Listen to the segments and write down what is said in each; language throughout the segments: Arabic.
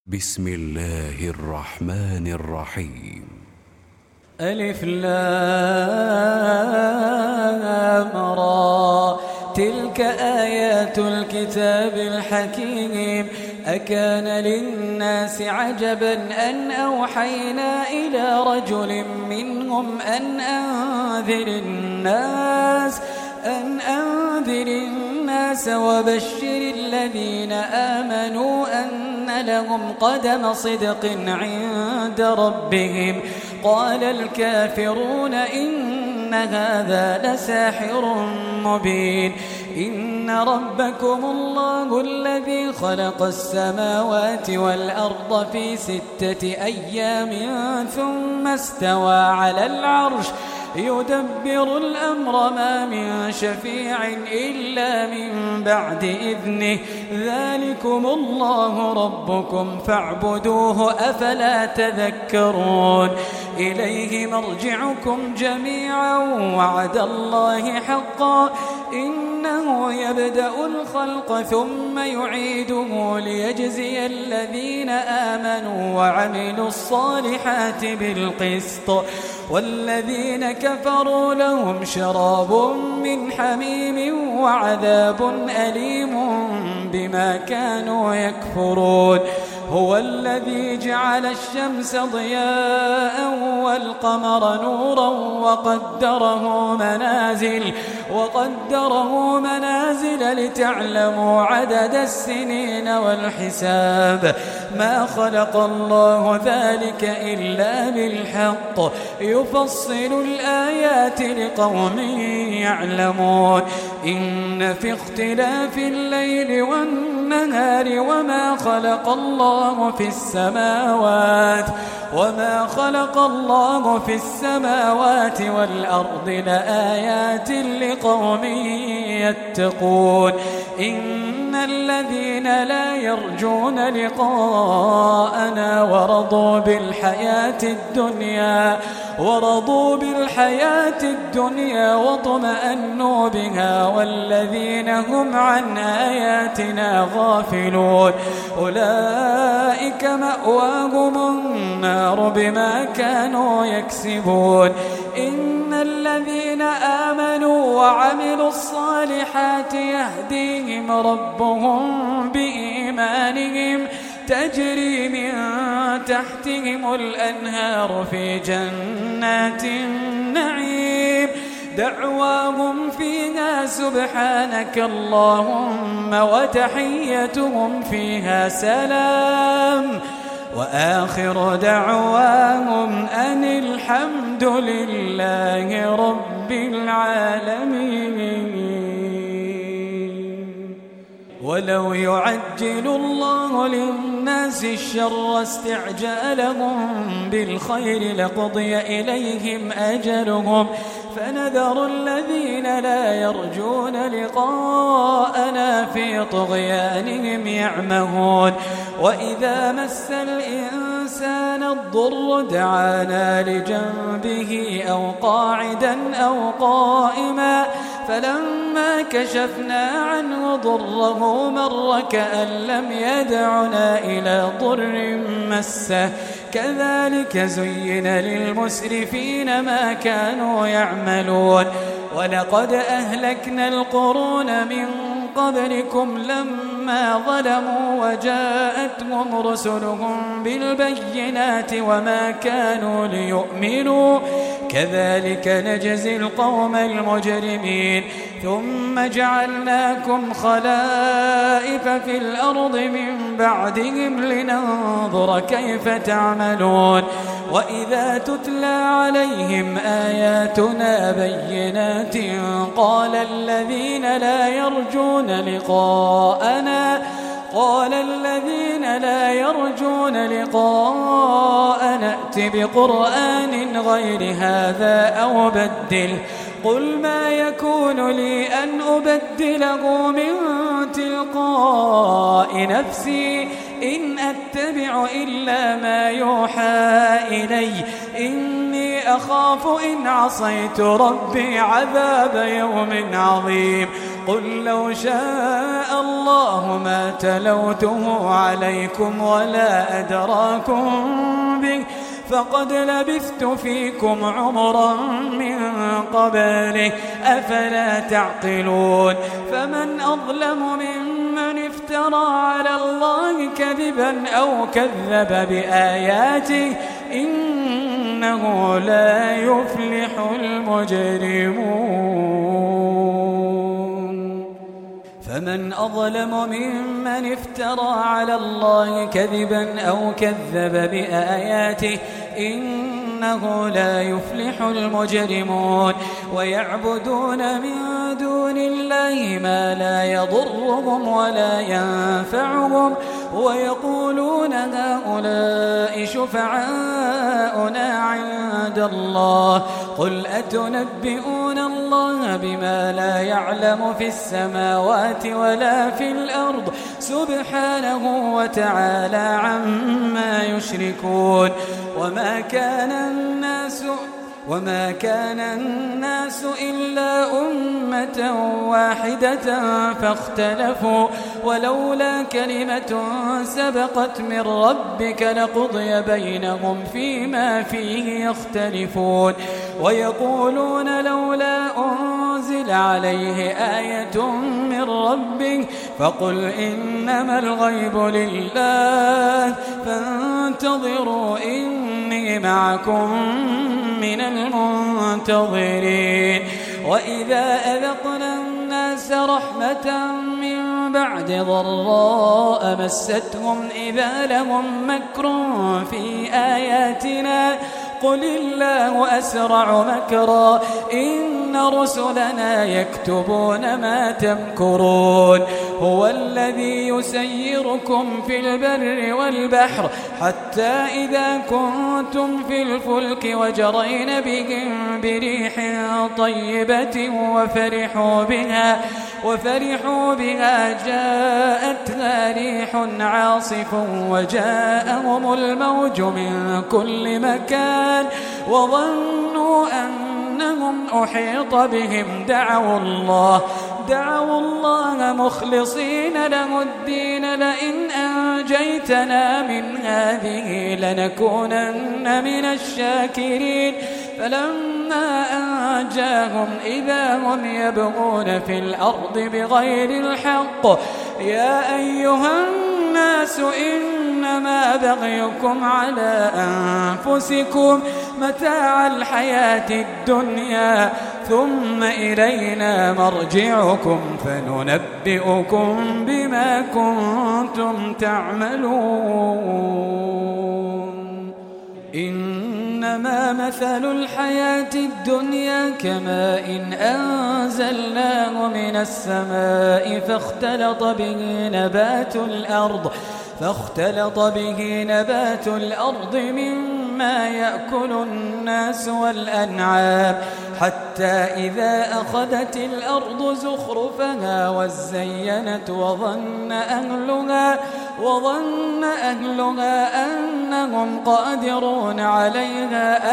بسم الله الرحمن الرحيم. ألف لام را تلك آيات الكتاب الحكيم. أكان للناس عجبا أن أوحينا إلى رجل منهم أن أنذر الناس وبشر الذين آمنوا أن لهم قدم صدق عند ربهم. قال الكافرون إن هذا لساحر مبين. إن ربكم الله الذي خلق السماوات والأرض في 6 أيام ثم استوى على العرش يدبر الأمر ما من شفيع إلا من بعد إذنه. ذلكم الله ربكم فاعبدوه أفلا تذكرون. إليه مرجعكم جميعا وعد الله حقا إنه يبدأ الخلق ثم يعيده ليجزي الذين آمنوا وعملوا الصالحات بالقسط والذين كفروا لهم شراب من حميم وعذاب أليم بما كانوا يكفرون. هو الذي جعل الشمس ضياء والقمر نورا وقدره منازل لتعلموا عدد السنين والحساب. ما خلق الله ذلك إلا بالحق يفصل الآيات لقوم يعلمون. إن في اختلاف الليل والنهار وما خلق الله في السماوات والأرض لآيات لقوم يتقون. إن الذين لا يرجون لقاءنا ورضوا بالحياة الدنيا واطمأنوا بها والذين هم عن آياتنا غافلون أولئك مأواهم النار بما كانوا يكسبون. إن الذين آمنوا وعملوا الصالحات يهديهم ربهم بإيمانهم تجري من تحتهم الأنهار في جنات النعيم. دعواهم فيها سبحانك اللهم وتحيتهم فيها سلام وآخر دعواهم أن الحمد لله رب العالمين. ولو يعجل الله للناس الشر استعجالهم بالخير لقضي إليهم أجلهم فنذر الذين لا يرجون لقاءنا في طغيانهم يعمهون. وإذا مس الإنسان الضر دعانا لجنبه أو قاعدا أو قائما فلما كشفنا عنه ضره مر كأن لم يدعنا إلى ضر مسه. كذلك زين للمسرفين ما كانوا يعملون. ولقد أهلكنا القرون من قبلكم لما ظلموا وجاءتهم رسلهم بالبينات وما كانوا ليؤمنوا كذلك نجزي القوم المجرمين. ثم جعلناكم خلائف في الأرض من بعدهم لننظر كيف تعملون. وإذا تتلى عليهم آياتنا بينات قال الذين لا يرجون لقاءنا ائت بقرآن غير هذا أو بدله. قل ما يكون لي أن أبدله من تلقاء نفسي إن أتبع إلا ما يوحى إلي إني أخاف إن عصيت ربي عذاب يوم عظيم. قل لو شاء الله ما تلوته عليكم ولا أدراكم به فقد لبثت فيكم عمرا من قبله أفلا تعقلون فمن أظلم ممن افترى على الله كذبا أو كذب بآياته إنه لا يفلح المجرمون فمن أظلم ممن افترى على الله كذبا أو كذب بآياته إنه لا يفلح المجرمون ويعبدون من دون الله ما لا يضرهم ولا ينفعهم ويقولون هؤلاء شفعاؤنا عند الله قل أتنبئون الله بما لا يعلم في السماوات ولا في الأرض سبحانه وتعالى عما يشركون وما كان الناس إلا أمة واحدة فاختلفوا ولولا كلمة سبقت من ربك لقضي بينهم فيما فيه يختلفون ويقولون لولا أنزل عليه آية من ربه فقل إنما الغيب لله فانتظروا إني معكم من المنتظرين وإذا أذقنا الناس رحمة من بعد ضراء مستهم إذا لهم مكر في آياتنا قل الله أسرع مكرا إن رسلنا يكتبون ما تمكرون هو الذي يسيركم في البر والبحر حتى إذا كنتم في الفلك وجرين بهم بريح طيبة وفرحوا بها جاءتها ريح عاصف وجاءهم الموج من كل مكان وظنوا أنهم أحيط بهم دعوا الله مخلصين له الدين لئن أنجيتنا من هذه لنكونن من الشاكرين فلما أنجاهم إذا هم يبغون في الأرض بغير الحق يا أيها الناس إنما بغيكم على أنفسكم متاع الحياة الدنيا ثم إلينا مرجعكم فننبئكم بما كنتم تعملون إنما مثل الحياة الدنيا كماء أنزلناه من السماء فاختلط به نبات الأرض مما يأكل الناس والأنعام حتى إذا أخذت الأرض زخرفها وزينت وظن أهلها أنهم قادرون عليها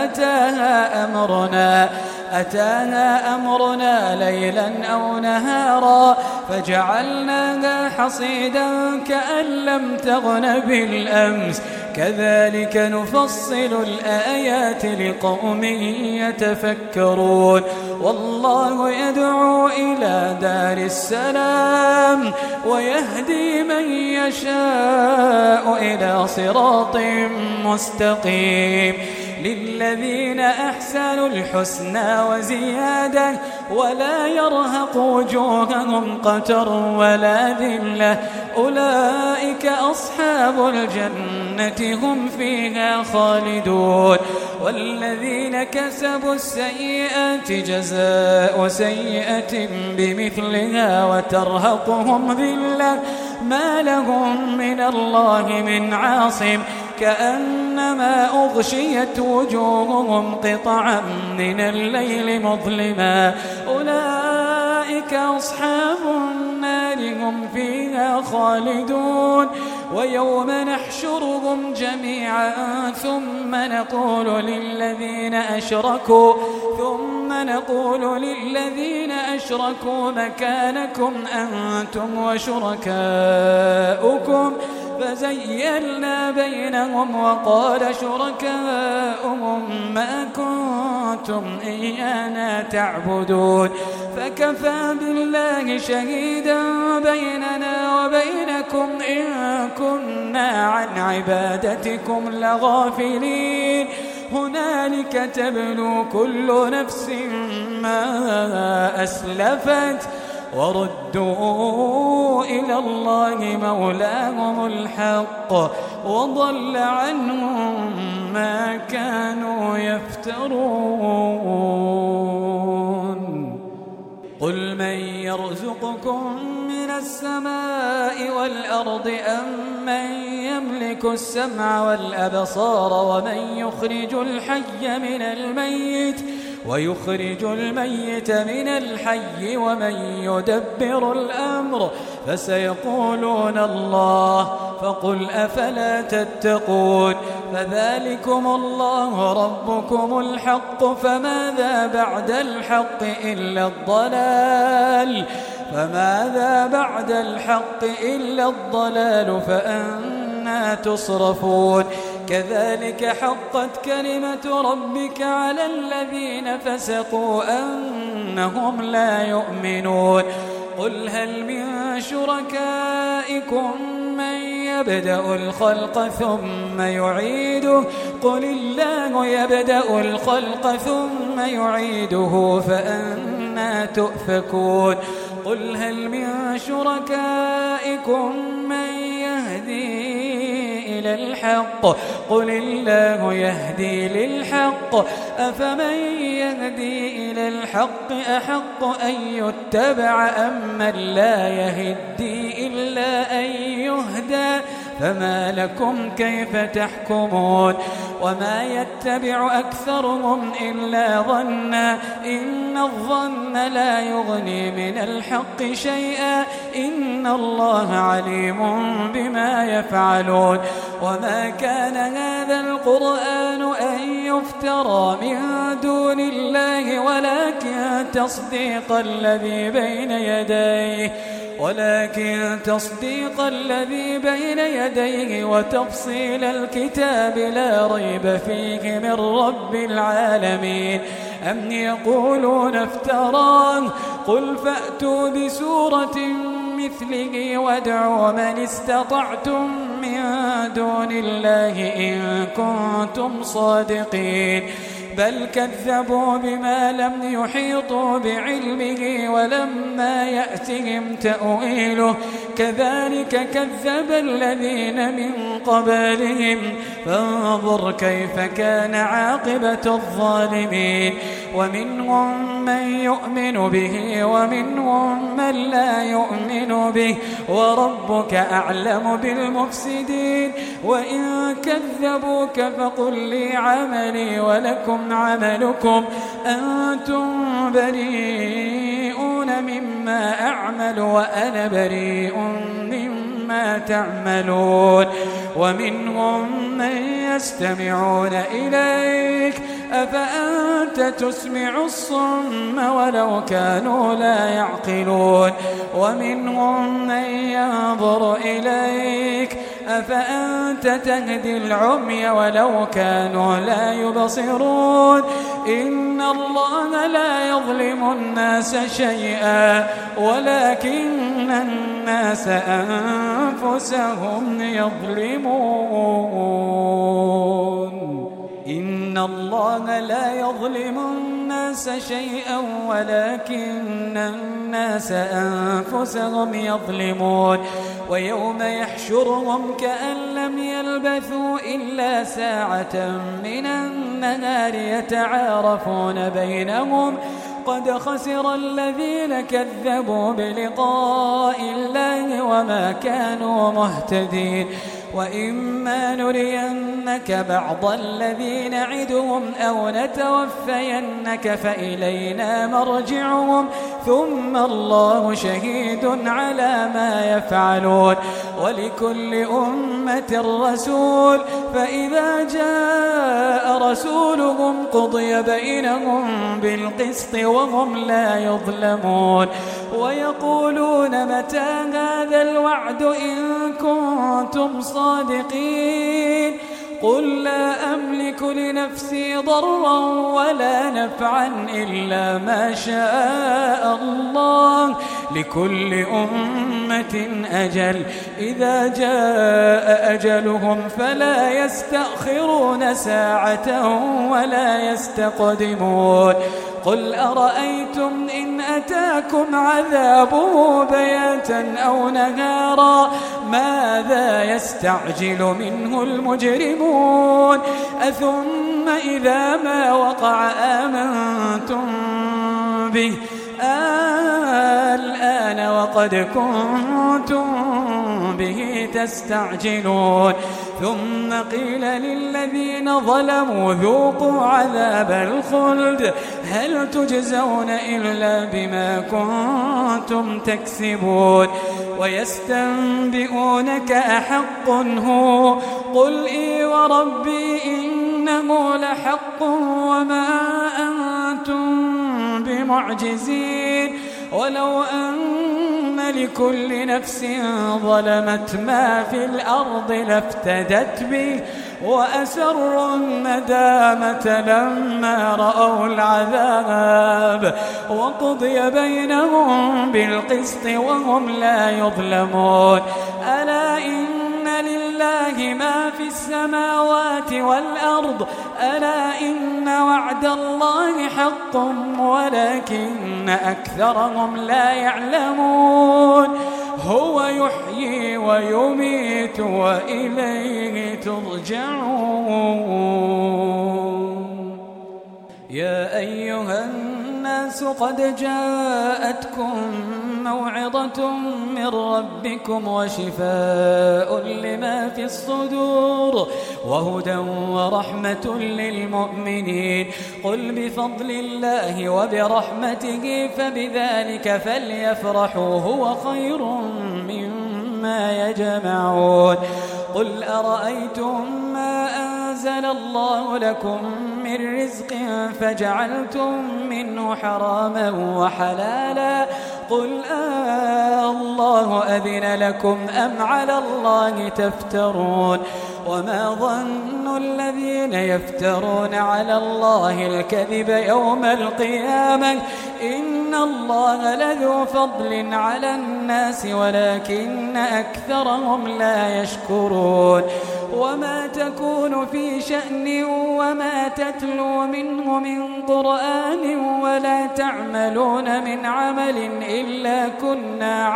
أتاها أمرنا ليلا أو نهارا فجعلناها حصيدا كأن لم تغن بالأمس كذلك نفصل الآيات لقوم يتفكرون والله يدعو إلى دار السلام ويهدي من يشاء إلى صراط مستقيم للذين أحسنوا الحسنى وزيادة ولا يرهق وجوههم قتر ولا ذلة أولئك أصحاب الجنة هم فيها خالدون والذين كسبوا السيئات جزاء سيئة بمثلها وترهقهم ذلة ما لهم من الله من عاصم كأنما أغشيت وجوههم قطعا من الليل مظلما أولئك أصحاب النار النار هم فيها خالدون ويوم نحشرهم جميعا ثم نقول للذين أشركوا مكانكم أنتم وشركاؤكم فزيّلنا بينهم وقال شركاؤهم ما كنتم إيانا تعبدون فكفى بالله شهيدا بيننا وبينكم إن كنا عن عبادتكم لغافلين هنالك تبلو كل نفس ما أسلفت وردوا إلى الله مولاهم الحق وضل عنهم ما كانوا يفترون قل من يرزقكم من السماء والأرض أم من يملك السمع والأبصار ومن يخرج الحي من الميت ويخرج الميت من الحي ومن يدبر الأمر فسيقولون الله فقل أفلا تتقون فذلكم الله ربكم الحق فماذا بعد الحق إلا الضلال فأنى تصرفون كذلك حقت كلمة ربك على الذين فسقوا أنهم لا يؤمنون قل هل من شركائكم من يبدأ الخلق ثم يعيده قل الله يبدأ الخلق ثم يعيده فأنى تؤفكون قل هل من شركائكم من يهدي إلى الحق قل الله يهدي للحق أفمن يهدي إلى الحق أحق أن يتبع أم من لا يهدي إلا أن يهدى فما لكم كيف تحكمون وما يتبع أكثرهم إلا ظنا إن الظن لا يغني من الحق شيئا إن الله عليم بما يفعلون وما كان هذا القرآن أن يفترى من دون الله ولكن تصديق الذي بين يديه وتفصيل الكتاب لا ريب فيه من رب العالمين أم يقولون افتراه قل فأتوا بسورة مثله وادعوا من استطعتم من دون الله إن كنتم صادقين بل كذبوا بما لم يحيطوا بعلمه ولما يأتهم تأويله كذلك كذب الذين من قبلهم فانظر كيف كان عاقبة الظالمين ومنهم من يؤمن به ومنهم من لا يؤمن به وربك أعلم بالمفسدين وإن كذبوك فقل لي عملي ولكم عملكم أنتم بريئون مما أعمل وأنا بريء مما تعملون ومنهم من يستمعون إليك أفأنت تسمع الصم ولو كانوا لا يعقلون ومنهم من ينظر إليك أفأنت تهدي العمي ولو كانوا لا يبصرون إن الله لا يظلم الناس شيئا ولكن الناس أنفسهم يظلمون إن الله لا يظلم الناس شيئا ولكن الناس أنفسهم يظلمون ويوم يحشرهم كأن لم يلبثوا إلا ساعة من النهار يتعارفون بينهم قد خسر الذين كذبوا بلقاء الله وما كانوا مهتدين وإما نرينك بعض الذي نعدهم أو نتوفينك فإلينا مرجعهم ثم الله شهيد على ما يفعلون ولكل أمة رسول فإذا جاء رسولهم قضي بينهم بالقسط وهم لا يظلمون ويقولون متى هذا الوعد إن كنتم صادقين قل لا أملك لنفسي ضرا ولا نفعا إلا ما شاء الله لكل أمة أجل إذا جاء أجلهم فلا يستأخرون ساعة ولا يستقدمون قل أرأيتم إن أتاكم عذابه بياتا أو نهارا ماذا يستعجل منه المجرمون أثم إذا ما وقع آمنتم به الآن وقد كنتم به تستعجلون ثم قيل للذين ظلموا ذوقوا عذاب الخلد هل تجزون إلا بما كنتم تكسبون ويستنبئونك أحق هو قل إي وربي إنه لحق وما أنتم بمعجزين ولو أن لكل نفس ظلمت ما في الأرض لافتدت به وأسروا الندامة لما رأوا العذاب وقضي بينهم بالقسط وهم لا يظلمون ألا إن لله ما في السماوات والأرض ألا إن وعد الله حق ولكن أكثرهم لا يعلمون هو يحيي ويميت وإليه ترجعون يا أيها الناس قد جاءتكم موعظة من ربكم وشفاء لما في الصدور وهدى ورحمة للمؤمنين قل بفضل الله وبرحمته فبذلك فليفرحوا هو خير مما يجمعون قل أرأيتم ما أنزل الله لكم من رزق فجعلتم منه حراما وحلالا قل الله أذن لكم أم على الله تفترون وما ظن الذين يفترون على الله الكذب يوم القيامة إن الله لذو فضل على الناس ولكن أكثرهم لا يشكرون وما تكون في شأن وما تتلو منه من قرآن ولا تعملون من عمل إلا كنا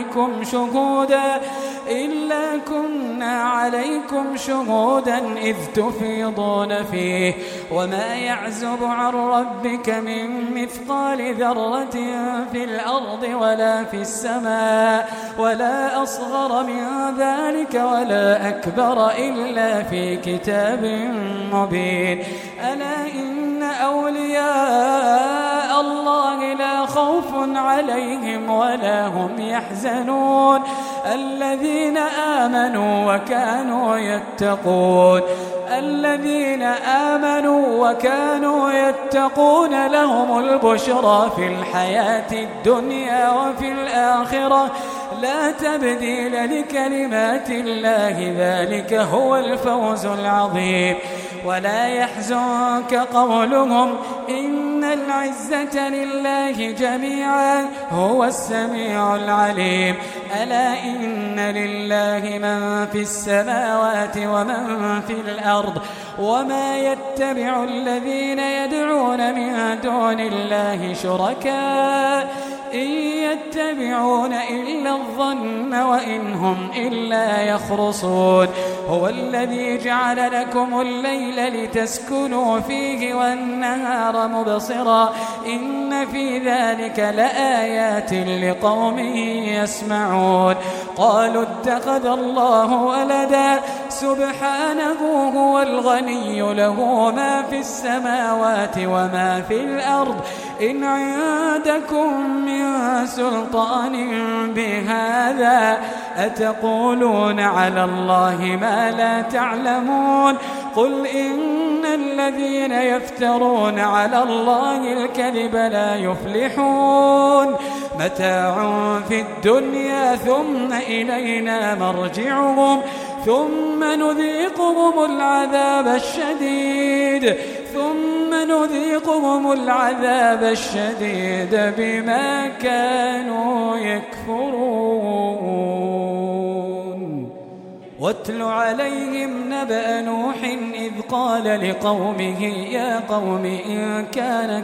عليكم شهودا إذ تفيضون فيه وما يعزب عن ربك من مثقال ذرة في الأرض ولا في السماء ولا أصغر من ذلك ولا أكبر إلا في كتاب مبين ألا إن أولياء الله لا خوف عليهم ولا هم يحزنون الذين آمنوا وكانوا يتقون لهم البشرى في الحياة الدنيا وفي الآخرة لا تبديل لكلمات الله ذلك هو الفوز العظيم ولا يحزنك قولهم إن العزة لله جميعا هو السميع العليم ألا إن لله من في السماوات ومن في الأرض وما يتبع الذين يدعون من دون الله شركاء إن يتبعون إلا الظن وإن هم إلا يخرصون هو الذي جعل لكم الليل لتسكنوا فيه والنهار مبصرا إن في ذلك لآيات لقوم يسمعون قالوا اتخذ الله ولدا سبحانه هو الغني له ما في السماوات وما في الأرض إن عندكم من سلطان بهذا أتقولون على الله ما لا تعلمون قل إن الذين يفترون على الله الكذب لا يفلحون متاع في الدنيا ثم إلينا مرجعهم ثم نذيقهم العذاب الشديد بما كانوا يكفرون واتل عليهم نبأ نوح إذ قال لقومه يا قوم إن كان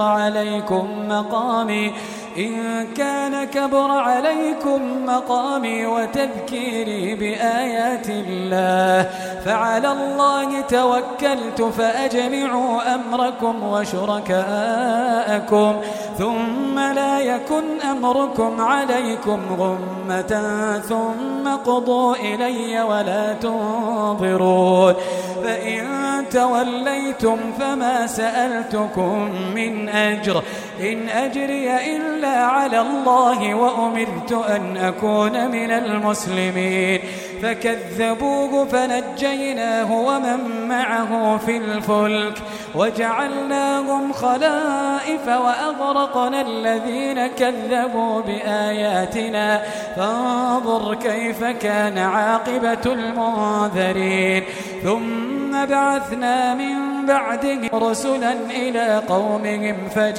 كبر عليكم مقامي وتذكيري بآيات الله فعلى الله توكلت فأجمعوا أمركم وشركاءكم ثم لا يكن أمركم عليكم غمة ثم قضوا إلي ولا تنظرون فإن توليتم فما سألتكم من أجر إن أجري إلا على الله وأمرت أن أكون من المسلمين فكذبوه فنجيناه ومن معه في الفلك وجعلناهم خلائف وأغرقنا الذين كذبوا بآياتنا فانظر كيف كان عاقبة المنذرين ثم بعثنا من بعده رسلا إلى قومهم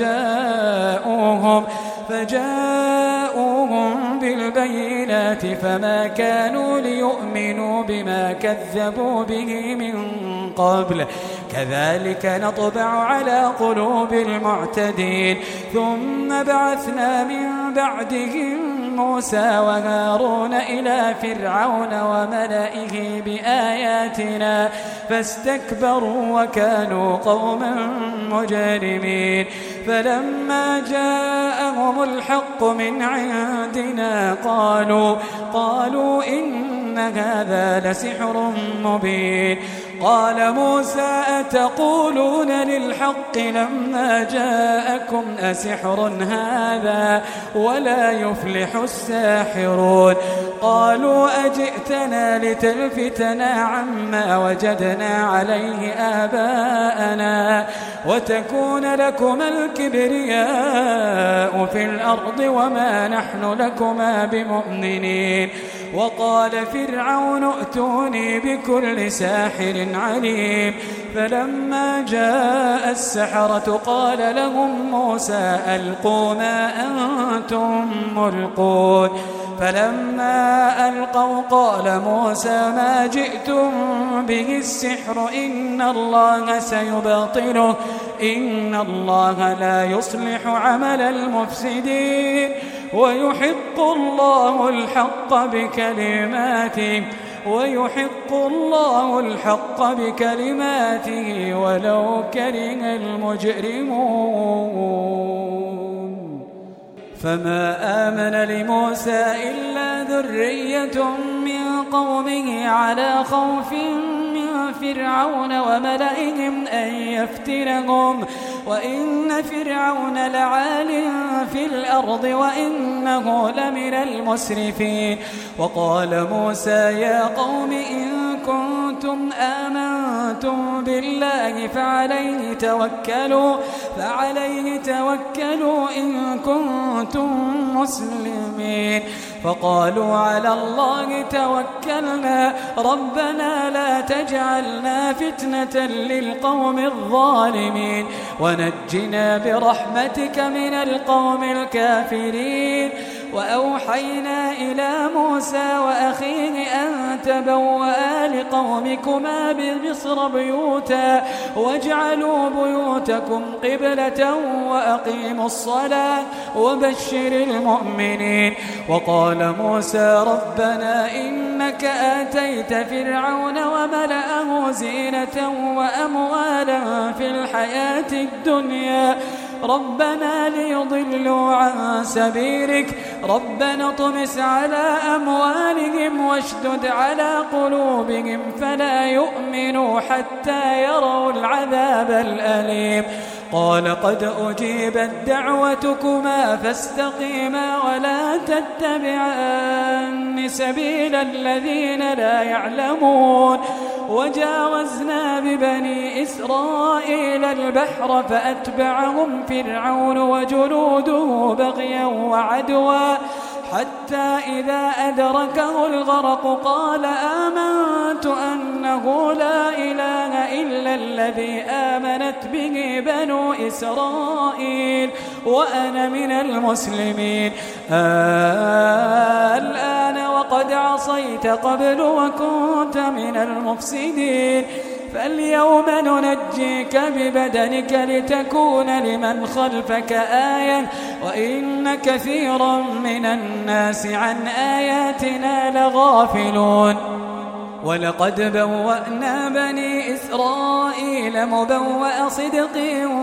فجاءوهم بالبينات فما كانوا ليؤمنوا بما كذبوا به من قبل كذلك نطبع على قلوب المعتدين ثم بعثنا من بعدهم موسى وهارون إلى فرعون وملئه بآياتنا فاستكبروا وكانوا قوما مجرمين فلما جاءهم الحق من عندنا قالوا إن هذا لسحر مبين قال موسى أتقولون للحق لما جاءكم أسحر هذا ولا يفلح الساحرون قالوا أجئتنا لتلفتنا عما وجدنا عليه آباءنا وتكون لكما الكبرياء في الأرض وما نحن لكما بمؤمنين وقال فرعون ائتوني بكل ساحر عليم فلما جاء السحرة قال لهم موسى ألقوا ما أنتم ملقون فلما ألقوا قال موسى ما جئتم به السحر إن الله سيبطله إن الله لا يصلح عمل المفسدين ويحق الله الحق بكلماته ولو كره المجرمون فما آمن لموسى إلا ذرية من قومه على خوف من فرعون وملئهم أن يفتنهم وإن فرعون لعال في الأرض وإنه لمن المسرفين وقال موسى يا قوم إن كنتم آمنتم بالله فعليه توكلوا إن كنتم مسلمين فقالوا على الله توكلنا ربنا لا تجعلنا فتنة للقوم الظالمين ونجنا برحمتك من القوم الكافرين وأوحينا إلى موسى وأخيه أن تبوأ لقومكما بمصر بيوتا واجعلوا بيوتكم قبلة وأقيموا الصلاة وبشر المؤمنين وقال موسى ربنا إنك آتيت فرعون وملأه زينة وأموالا في الحياة الدنيا ربنا ليضلوا عن سبيلك ربنا اطمس على أموالهم واشدد على قلوبهم فلا يؤمنوا حتى يروا العذاب الأليم قال قد أجيبت دعوتكما فاستقيما ولا تتبعان سبيل الذين لا يعلمون وجاوزنا ببني إسرائيل البحر فأتبعهم فرعون وجنوده بغيا وعدوا حتى إذا أدركه الغرق قال آمنت أنه لا إله إلا الذي آمنت به بنو إسرائيل وأنا من المسلمين الآن وقد عصيت قبل وكنت من المفسدين فاليوم ننجيك ببدنك لتكون لمن خلفك آية وإن كثيرا من الناس عن آياتنا لغافلون ولقد بوأنا بني إسرائيل مبوأ صدق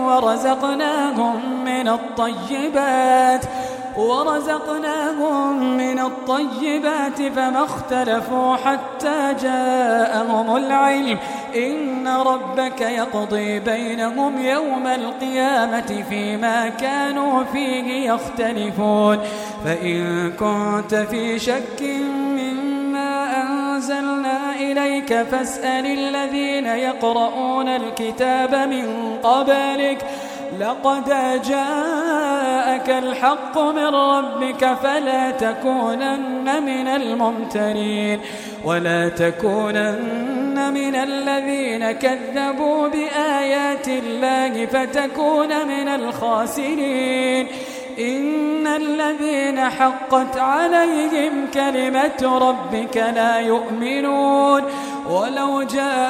ورزقناهم من الطيبات فما اختلفوا حتى جاءهم العلم إن ربك يقضي بينهم يوم القيامة فيما كانوا فيه يختلفون فإن كنت في شك مما أنزلنا إليك فاسأل الذين يقرؤون الكتاب من قبلك لقد جاءك الحق من ربك فلا تكونن من الممترين ولا تكونن من الذين كذبوا بآيات الله فتكون من الخاسرين إن الذين حقت عليهم كلمة ربك لا يؤمنون ولو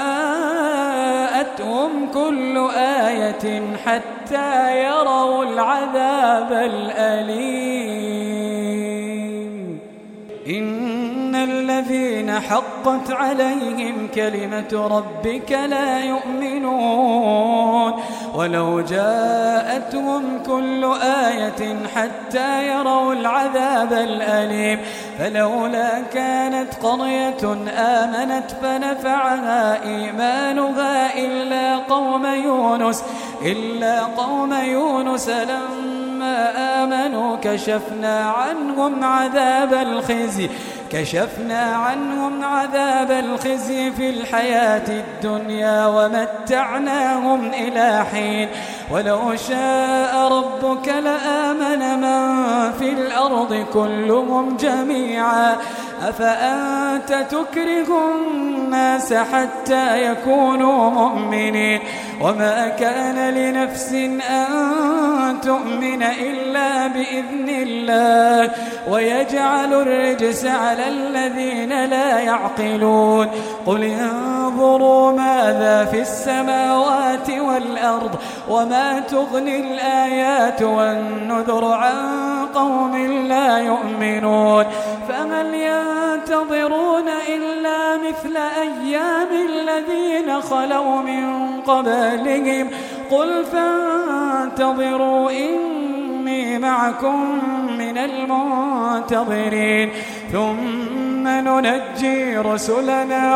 جاءتهم كل آية حتى يروا العذاب الأليم إن الذين حقت عليهم كلمة ربك لا يؤمنون ولو جاءتهم كل آية حتى يروا العذاب الأليم فلولا كانت قرية آمنت فنفعها إيمانها إلا قوم يونس لما آمنوا كشفنا عنهم عذاب الخزي في الحياة الدنيا ومتعناهم إلى حين ولو شاء ربك لآمن من في الأرض كلهم جميعا أفأنت تكره الناس حتى يكونوا مؤمنين وما كان لنفس أن تؤمن إلا بإذن الله ويجعل الرجس على الذين لا يعقلون قل انظروا ماذا في السماوات والأرض وما تغني الآيات والنذر عن قوم لا يؤمنون فهل ينتظرون إلا مثل أيام الذين خلوا من قبلهم قل فانتظروا إني معكم من المنتظرين ثم ننجي رسلنا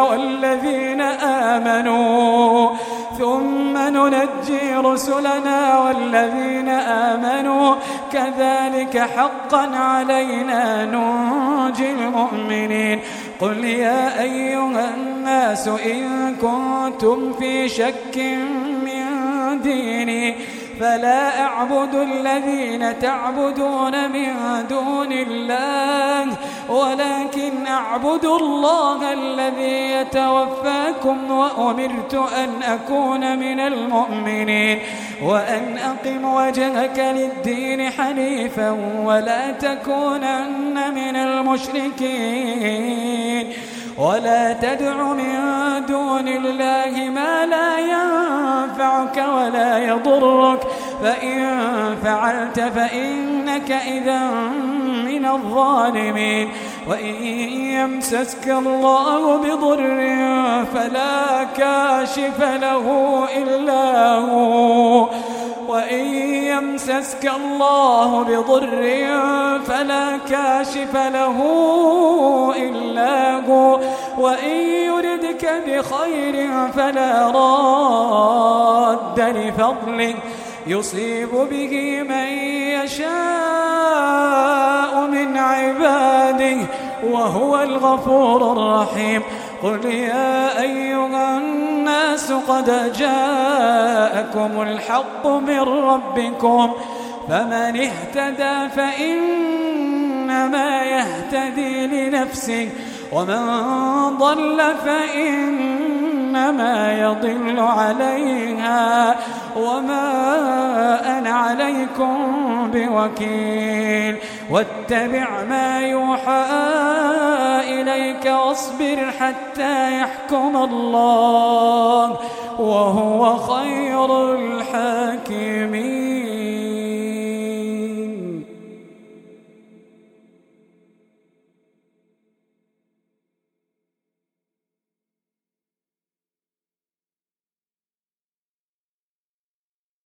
والذين آمنوا كذلك حقا علينا ننجي المؤمنين قل يا أيها الناس إن كنتم في شك من ديني فلا أعبد الذين تعبدون من دون الله ولكن أعبد الله الذي يتوفاكم وأمرت أن أكون من المؤمنين وأن أقم وجهك للدين حنيفا ولا تكونن من المشركين ولا تدع من دون الله ما لا ينفعك ولا يضرك فإن فعلت فإنك إذا من الظالمين وإن يمسسك الله بضر فلا كاشف له إلا هو وإن يمسسك الله بضر فلا كاشف له إلا هو وإن يردك بخير فلا راد لفضله يصيب به من يشاء من عباده وهو الغفور الرحيم. قل يا أيها الناس قد جاءكم الحق من ربكم فمن اهتدى فإنما يهتدي لنفسه ومن ضل فإنما يضل عليها وما أنا عليكم بوكيل. واتبع ما يوحى إليك واصبر حتى يحكم الله وهو خير الحاكمين.